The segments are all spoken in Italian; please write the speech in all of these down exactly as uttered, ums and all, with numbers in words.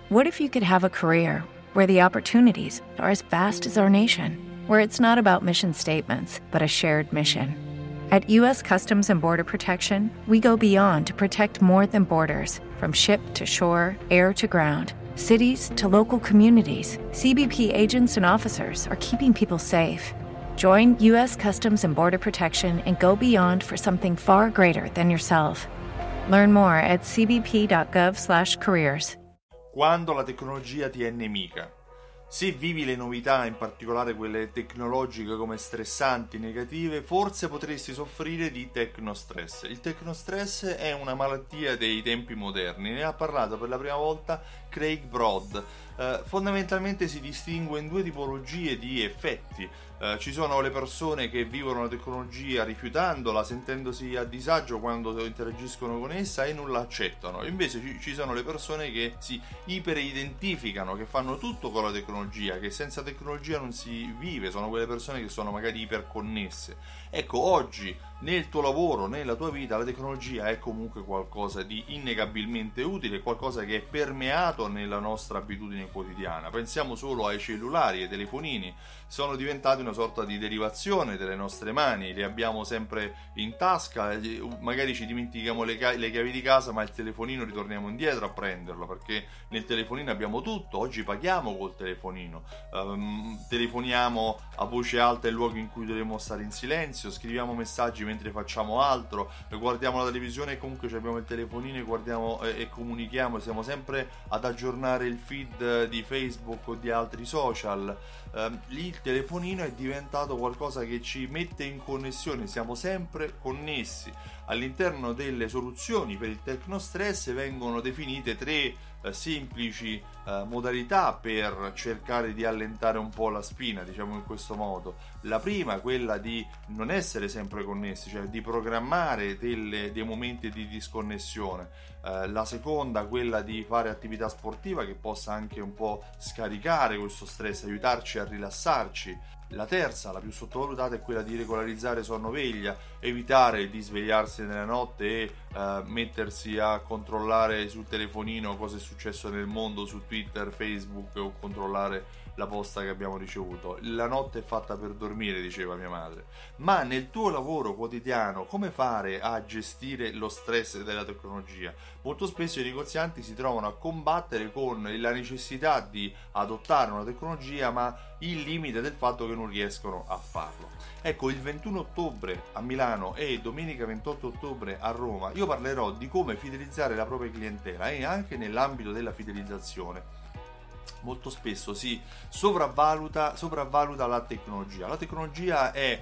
What if you could have a career where the opportunities are as vast as our nation, where it's not about mission statements, but a shared mission? At U S Customs and Border Protection, we go beyond to protect more than borders. From ship to shore, air to ground, cities to local communities, C B P agents and officers are keeping people safe. Join U S Customs and Border Protection and go beyond for something far greater than yourself. Learn more at c b p dot gov slash careers. Quando la tecnologia ti è nemica. Se vivi le novità, in particolare quelle tecnologiche, come stressanti, negative, forse potresti soffrire di tecnostress. Il tecnostress è una malattia dei tempi moderni, ne ha parlato per la prima volta Craig Broad. Uh, fondamentalmente si distingue in due tipologie di effetti. Uh, ci sono le persone che vivono la tecnologia rifiutandola, sentendosi a disagio quando interagiscono con essa e non la accettano. Invece ci, ci sono le persone che si iperidentificano, che fanno tutto con la tecnologia, che senza tecnologia non si vive, sono quelle persone che sono magari iperconnesse. Ecco, oggi nel tuo lavoro, nella tua vita, la tecnologia è comunque qualcosa di innegabilmente utile, qualcosa che è permeato nella nostra abitudine quotidiana. Pensiamo solo ai cellulari, ai telefonini, sono diventati una sorta di derivazione delle nostre mani, li abbiamo sempre in tasca, magari ci dimentichiamo le, ca- le chiavi di casa, ma il telefonino ritorniamo indietro a prenderlo, perché nel telefonino abbiamo tutto. Oggi paghiamo col telefonino, um, telefoniamo a voce alta in luoghi in cui dovremmo stare in silenzio, scriviamo messaggi mentre facciamo altro, guardiamo la televisione e comunque abbiamo il telefonino e guardiamo e, e comunichiamo, siamo sempre ad aggiornare il feed di Facebook o di altri social. Um, lì il telefonino è diventato qualcosa che ci mette in connessione, siamo sempre connessi. All'interno delle soluzioni per il tecnostress vengono definite tre eh, semplici eh, modalità per cercare di allentare un po' la spina, diciamo in questo modo. La prima, quella di non essere sempre connessi, cioè di programmare delle, dei momenti di disconnessione. Eh, la seconda, quella di fare attività sportiva che possa anche un po' scaricare questo stress, aiutarci a rilassarci. La terza, la più sottovalutata, è quella di regolarizzare sonno-veglia, evitare di svegliarsi nella notte e uh, mettersi a controllare sul telefonino cosa è successo nel mondo su Twitter, Facebook, o controllare la posta che abbiamo ricevuto. La notte è fatta per dormire, diceva mia madre. Ma nel tuo lavoro quotidiano, come fare a gestire lo stress della tecnologia? Molto spesso i negozianti si trovano a combattere con la necessità di adottare una tecnologia, ma il limite del fatto che non riescono a farlo. Ecco, il ventuno ottobre a Milano e domenica ventotto ottobre a Roma io parlerò di come fidelizzare la propria clientela, e anche nell'ambito della fidelizzazione molto spesso si sopravvaluta, sopravvaluta la tecnologia. La tecnologia è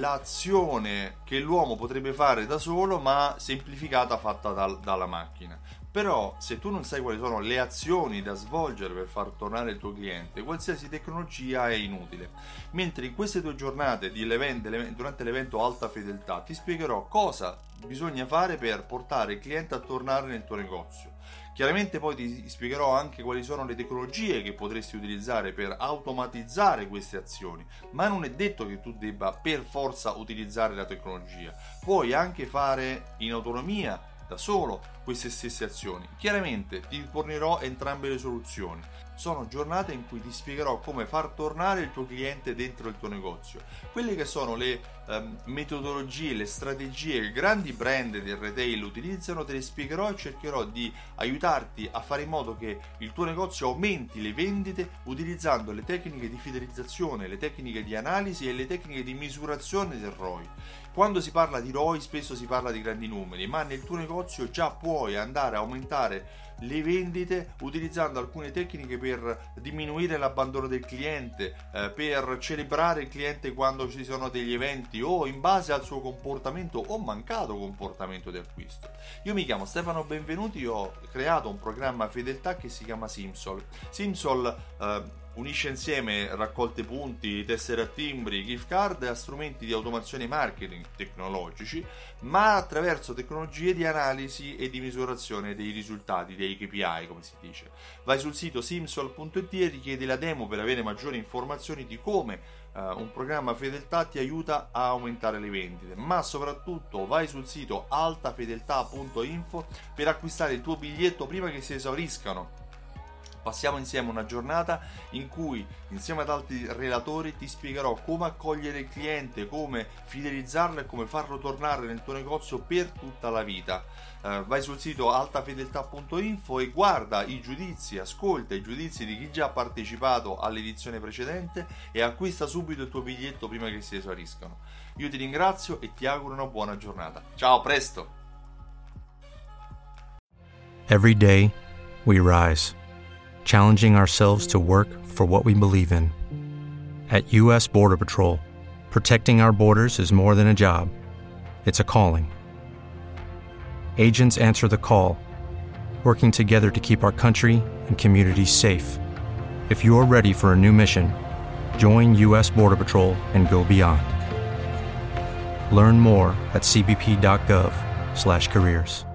l'azione che l'uomo potrebbe fare da solo, ma semplificata, fatta dal, dalla macchina. Però se tu non sai quali sono le azioni da svolgere per far tornare il tuo cliente, qualsiasi tecnologia è inutile. Mentre in queste due giornate di l'evento, durante l'evento Alta Fedeltà, ti spiegherò cosa bisogna fare per portare il cliente a tornare nel tuo negozio. Chiaramente poi ti spiegherò anche quali sono le tecnologie che potresti utilizzare per automatizzare queste azioni, ma non è detto che tu debba per forza utilizzare la tecnologia. Puoi anche fare in autonomia, da solo, queste stesse azioni. Chiaramente ti fornirò entrambe le soluzioni. Sono giornate in cui ti spiegherò come far tornare il tuo cliente dentro il tuo negozio. Quelle che sono le um, metodologie, le strategie che grandi brand del retail utilizzano, te le spiegherò e cercherò di aiutarti a fare in modo che il tuo negozio aumenti le vendite utilizzando le tecniche di fidelizzazione, le tecniche di analisi e le tecniche di misurazione del R O I. Quando si parla di R O I spesso si parla di grandi numeri, ma nel tuo negozio già puoi andare a aumentare le vendite utilizzando alcune tecniche per diminuire l'abbandono del cliente, eh, per celebrare il cliente quando ci sono degli eventi o in base al suo comportamento o mancato comportamento di acquisto. Io mi chiamo Stefano Benvenuti, ho creato un programma fedeltà che si chiama Simsol. Simsol eh, unisce insieme raccolte punti, tessere a timbri, gift card a strumenti di automazione e marketing tecnologici, ma attraverso tecnologie di analisi e di misurazione dei risultati, dei K P I come si dice. Vai sul sito simsol punto it e richiedi la demo per avere maggiori informazioni di come uh, un programma fedeltà ti aiuta a aumentare le vendite, ma soprattutto vai sul sito altafedeltà punto info per acquistare il tuo biglietto prima che si esauriscano. Passiamo insieme una giornata in cui, insieme ad altri relatori, ti spiegherò come accogliere il cliente, come fidelizzarlo e come farlo tornare nel tuo negozio per tutta la vita. Uh, vai sul sito altafedeltà punto info e guarda i giudizi, ascolta i giudizi di chi già ha partecipato all'edizione precedente e acquista subito il tuo biglietto prima che si esauriscano. Io ti ringrazio e ti auguro una buona giornata. Ciao, a presto! Every day, we rise, challenging ourselves to work for what we believe in. At U S Border Patrol, protecting our borders is more than a job. It's a calling. Agents answer the call, working together to keep our country and communities safe. If you're ready for a new mission, join U S Border Patrol and go beyond. Learn more at c b p dot gov slash careers.